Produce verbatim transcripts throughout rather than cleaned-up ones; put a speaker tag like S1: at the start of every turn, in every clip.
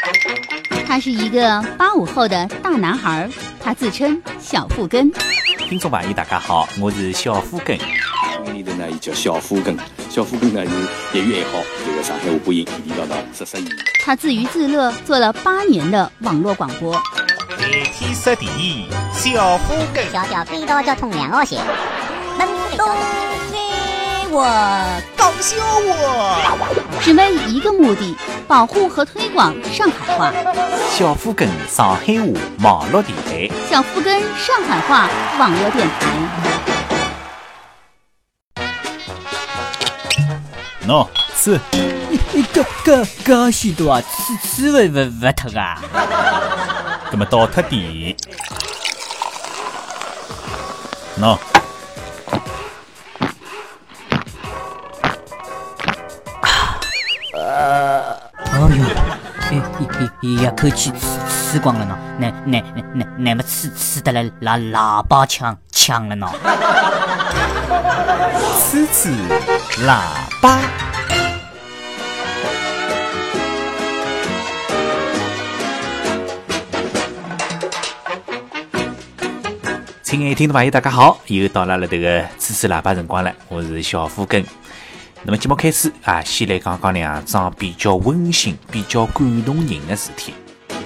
S1: 他是一个八五后的大男孩，他自称小富根。
S2: 听众朋友大家好，我是小富根。
S3: 里头呢，伊叫小富根，小富根呢是业余爱好，这个上海话播音地地道道十十年。
S1: 他自娱自乐，做了八年的网络广播。
S2: 每天说第一，小富根。
S4: 小小飞刀交通两号线，门东飞我，
S2: 搞笑我。
S1: 只为一个目的，保护和推广上海话。
S2: 小富根上海话网络电台。
S1: 小富根上海话网络电台。
S2: 喏，吃。
S5: 搿搿搿许多啊，吃吃勿勿勿脱啊！
S2: 搿么倒脱点。喏。
S5: 呃，哎呦，一一一口气吃吃光了呢，那那那那那么吃吃得来喇喇叭腔腔了呢。
S2: 吃吃喇叭。亲爱的听众朋友大家好，又到了了这个吃吃喇叭辰光了，我是小富根。那么节目开始啊，先来讲讲两桩比较温馨、比较感动人的事体。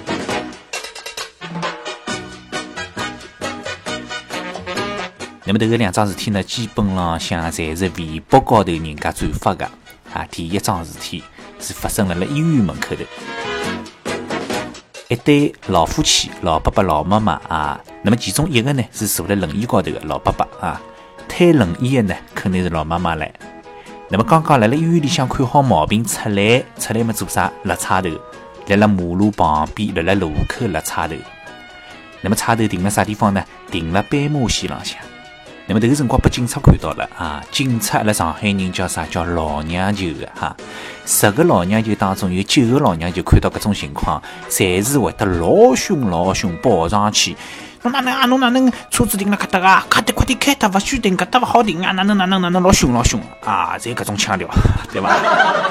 S2: 那么这个两桩事体呢，基本上像侪是微博高头人家转发的啊。第一桩事体是发生了辣医院门口头，一对老夫妻，老爸爸老妈妈啊。那么其中一个呢是坐在轮椅高头的老爸爸啊，推轮椅的呢肯定是老妈妈来。那么刚刚来了医院里向看好毛病出来，出来嘛做啥？辣叉头，来了马路旁边，来了路口辣叉头。那么叉头停了啥地方呢？停了斑马线浪向。那么这个辰光被警察看到了啊！警察辣上海人叫啥？叫老娘舅的哈。十个老娘舅当中有九个老娘舅看到搿种情况，侪是会得老凶老凶跑上去。侬哪能啊？侬哪能车子停了搿搭啊？快点快点开脱，勿许停搿搭勿好停啊！哪能哪能哪能老凶老凶啊！侪搿种腔调，对伐？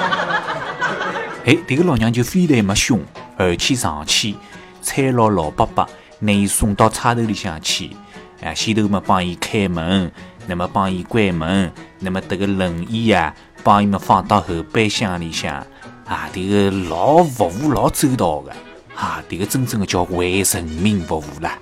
S2: 哎，这个老娘舅非但没凶，而且上去搀牢老爸爸，拿伊送到叉头里向去。啊，先头嘛帮伊开门，那么帮伊关门，那么这个轮椅啊，帮伊们放到后备箱里向啊，这个老服务老周到的啊，这个真正的叫为人民服务啦。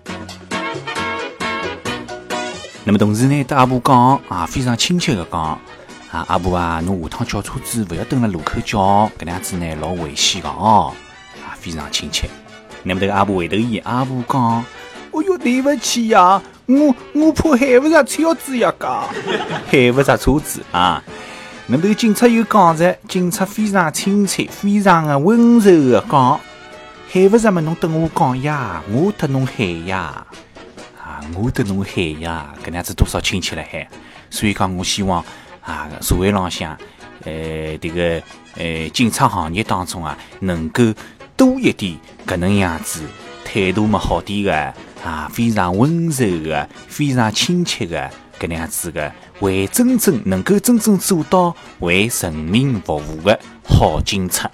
S2: 那么同时呢，对阿婆讲啊，非常亲切的讲啊，阿婆啊，侬下趟叫车子不要蹲辣路口叫，搿样子呢老危险的哦，啊，非常亲切。那么这个阿婆回头伊阿婆讲，哦哟，对不起呀。我我怕害不着车子呀，噶害不着车子啊！那么这个警察又讲着，警察非常亲切，非常的温柔的讲，害不着嘛，侬等我讲呀，我得侬害呀，啊，我得侬害呀，搿样子多少亲切了海。所以讲，我希望啊，社会浪向，呃，这个呃，警察行业当中啊，能够多一点搿能样子态度嘛好点的。啊，非常温柔的，非常亲切的，搿能样子的，为真正能够真正做到为人民服务的好警察。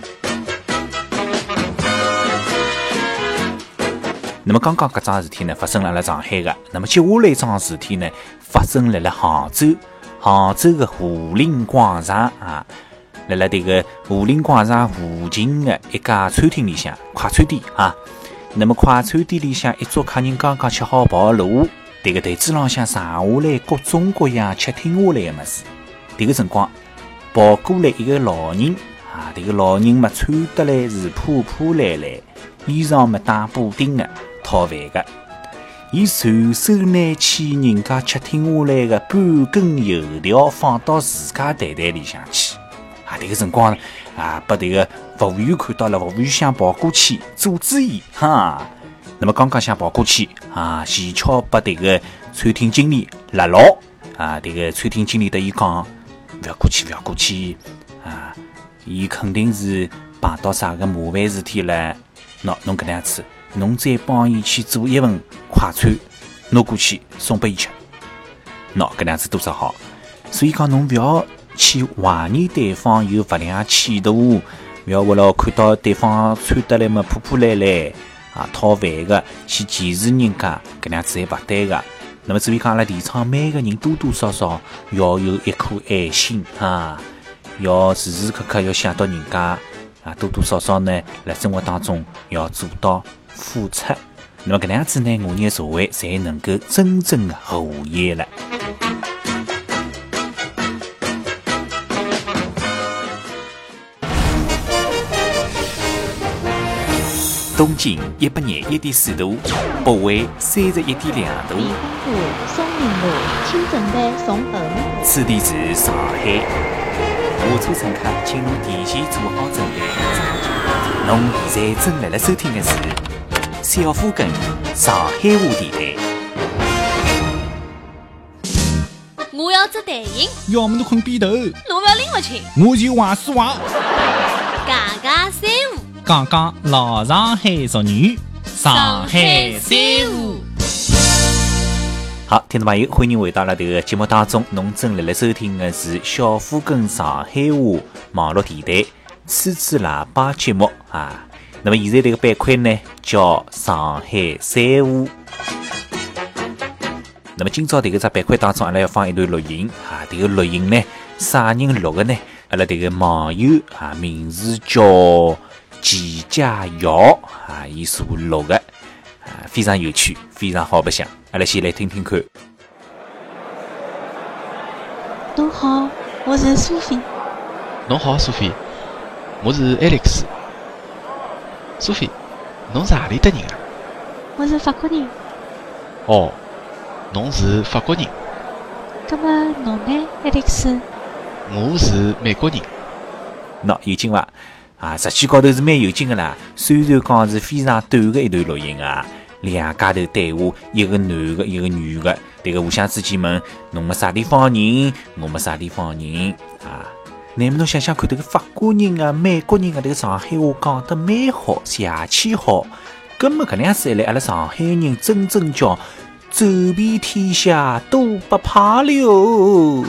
S2: 那么刚刚搿桩事体呢，发生了辣上海的。那么接下来一桩事体呢，发生了辣杭州，杭州的湖林广场啊，辣辣这个湖林广场附近的一家餐厅里向，快餐店啊。那么快餐店里向一桌客人刚刚吃好跑路，这个台子浪向上下来各种各样吃听下来的么子。这个辰光跑过来一个老人啊，这个老人嘛穿得来是破破烂烂，衣裳嘛带补丁的，讨饭的。伊随手拿起人家吃听下来的半根油条放到自家袋袋里向去。啊，这个辰光啊，把这个服务员看到了，服务员想跑过去阻止伊哈。那么刚刚想跑过去啊，前巧把这个餐厅经理拉牢啊。这个餐厅经理对伊讲：不要过去，不要过去啊！伊肯定是碰到啥个麻烦事体了。喏，侬搿能样子，侬再帮伊去做一份快餐，拿过去送拨伊吃。喏，搿能样子多少好？所以讲侬不要去怀疑对方有不良企图勿要为了看到对方穿得来么破破烂烂啊，讨饭个去歧视人家，搿能样子还勿对个。那么至于讲阿拉提倡每个人多多少少要有一颗爱心啊，要时时刻刻要想到人家啊，多多少少呢，辣生活当中要做到付出。那么搿能样子呢，我们的社会才能够真正的和谐了。东经一百廿一点四度，北纬三十一点两度。
S6: 地方路、松林路、清正的松恩。
S2: 此地是上海。下车乘客，请侬提前做好准备。侬现在正辣辣收听的是小虎根上海话电台。
S7: 我要只蛋形，
S8: 要么侬困边头，
S7: 路不要拎勿清。
S8: 我就话说话。
S7: 家家三胡。
S8: 讲讲老上海俗语，上海三胡。
S2: 好，听众朋友，欢迎回到了这个节目当中。侬正辣辣收听的是小虎根上海话网络电台吹吹喇叭节目啊。那么现在这个板块呢叫上海三胡。那么今朝这个只板块当中，阿拉要放一段录音啊。这个录音呢，啥人录的呢？阿拉这个网友啊，名字叫季家瑶啊，伊所录的啊，非常有趣，非常好白相。阿拉先来听听看。
S6: 侬好，我是苏菲。
S9: 侬好，苏菲，我是 Alex。苏菲，侬是何里搭人啊？
S6: 我是法国人。
S9: 哦，侬是法国人。
S6: 葛么侬呢 ，Alex？
S9: 我是美国人。
S2: 喏，有劲伐？啊，实际高头是蛮有劲的啦。虽然讲是非常短的一段录音啊，两家头对话，一个男的，一个女的，这个互相之间问侬么啥地方人，我么啥地方人啊。那么侬想想看，这个法国人啊、美国人啊，这个上海话讲得蛮好，邪气好。根本搿能样子一来，阿拉上海人真正叫走遍天下都不怕了。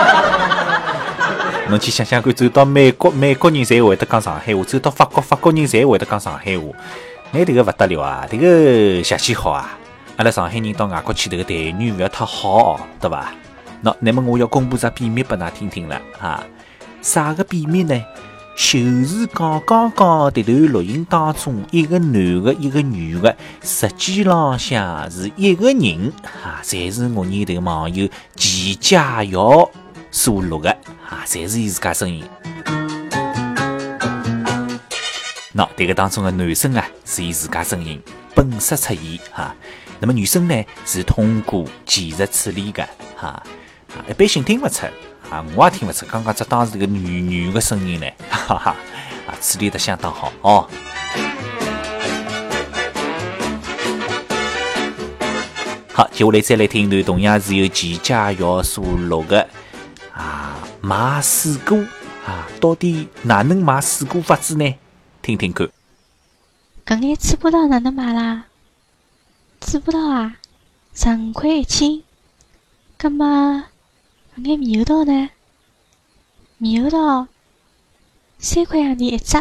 S2: 侬去想想看，走到美国，美国人侪会得讲上海话；走到法国，法国人侪会得讲上海话。哎，这个勿得了啊！这个邪气好啊！阿拉上海人到外国去，这个待遇勿要太好，对伐？喏，那么我要公布只秘密拨㑚听听了啊！啥个秘密呢？就是刚刚刚这段录音当中，一个男的，一个女的，实际浪向是一个人啊，侪是我们这个网友季家瑶所录的啊，侪是伊自家声音。那这个当中的男生啊，是伊自家声音本色出现哈。那么女生呢，是通过技术处理的哈，啊，一般性听不出啊，我也听不出。刚刚这当时这个女女的声音呢，哈哈，啊，处理得相当好哦。好，接下来再来听一段同样是由季家瑶所录的啊，买水果啊，到底哪能买水果法子呢？听听看。
S6: 搿眼吃不到哪能买啦？吃不到啊，十五块一斤。葛么搿眼猕猴桃呢？猕猴桃三块洋钿一只。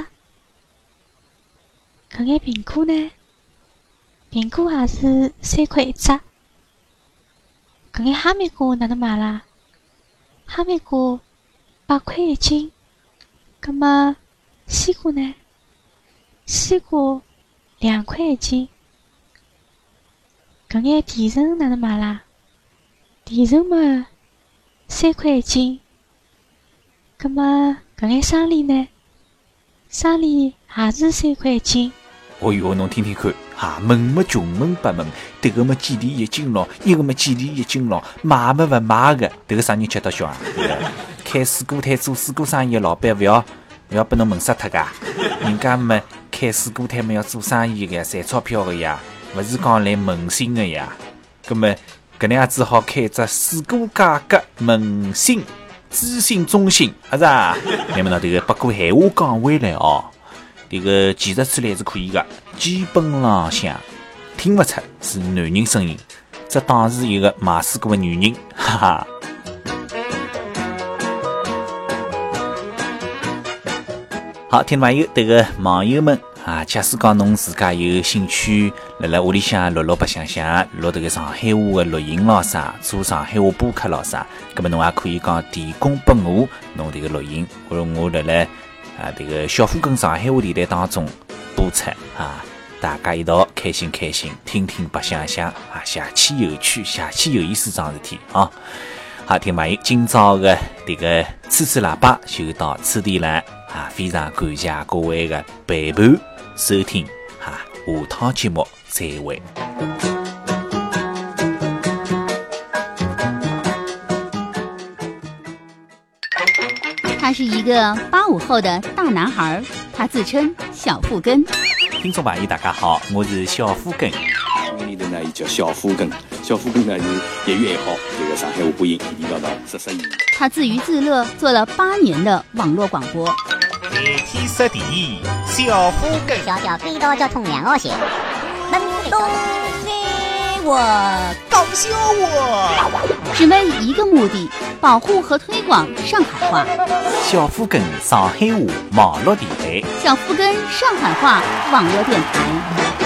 S6: 搿眼苹果呢？苹果也是三块一只。搿眼哈密瓜哪能买啦？哈密瓜八块一斤。葛么西瓜呢？西瓜两块一斤。搿眼甜橙哪能买啦？甜橙嘛三块一斤。葛么搿眼生梨呢？生梨也是三块一斤。
S2: 哦哟，侬听听看，哈，问么穷问八问，迭个么几钿一斤咯，一个么几钿一斤咯，买么勿买个，迭个啥人吃得消啊？开水果摊做水果生意的老板，勿要勿要拨侬闷死脱噶，人家么开水果摊么要做生意个，赚钞票个呀，勿是讲来问心个呀。葛么搿能样子好开只水果价格问心知心中心，啊是啊？那么呢，这个不过闲话讲回来哦。这个技术处理还是可以的，基本浪向听不出是男人声音，这当是一个卖水果的女人，哈哈。好， 好，听众朋友，这个网友们啊，假使讲侬自家有兴趣，辣辣屋里向录录白相相，录这个上海话的录音咯啥，做上海话播客咯啥，那么侬也可以讲提供拨我侬这个录音，或者我辣辣啊这个小虎跟上海话电台当中播出啊，大家一道开心开心，听听白相相啊，邪气有趣，邪气有意思桩事体啊。好，听朋友，今朝的这个吹吹喇叭就到此地了啊！非常感谢各位的陪伴收听啊，下趟节目再会。
S1: 他是一个八五后的大男孩，他自称小富根。
S2: 听众朋友，大家好，我是小富根。
S3: 屋里头呢，也叫小虎根。小虎根呢是业余爱好，这个上海话播音地地道道，十十年。
S1: 他自娱自乐，做了八年的网络广播。
S8: 爱天识地，小虎根。
S4: 小小飞刀交通两号线，门东飞我，
S8: 搞笑我。
S1: 只为一个目的，保护和推广上海话。
S2: 小富根上海话网络电台。
S1: 小富根上海话网络电台。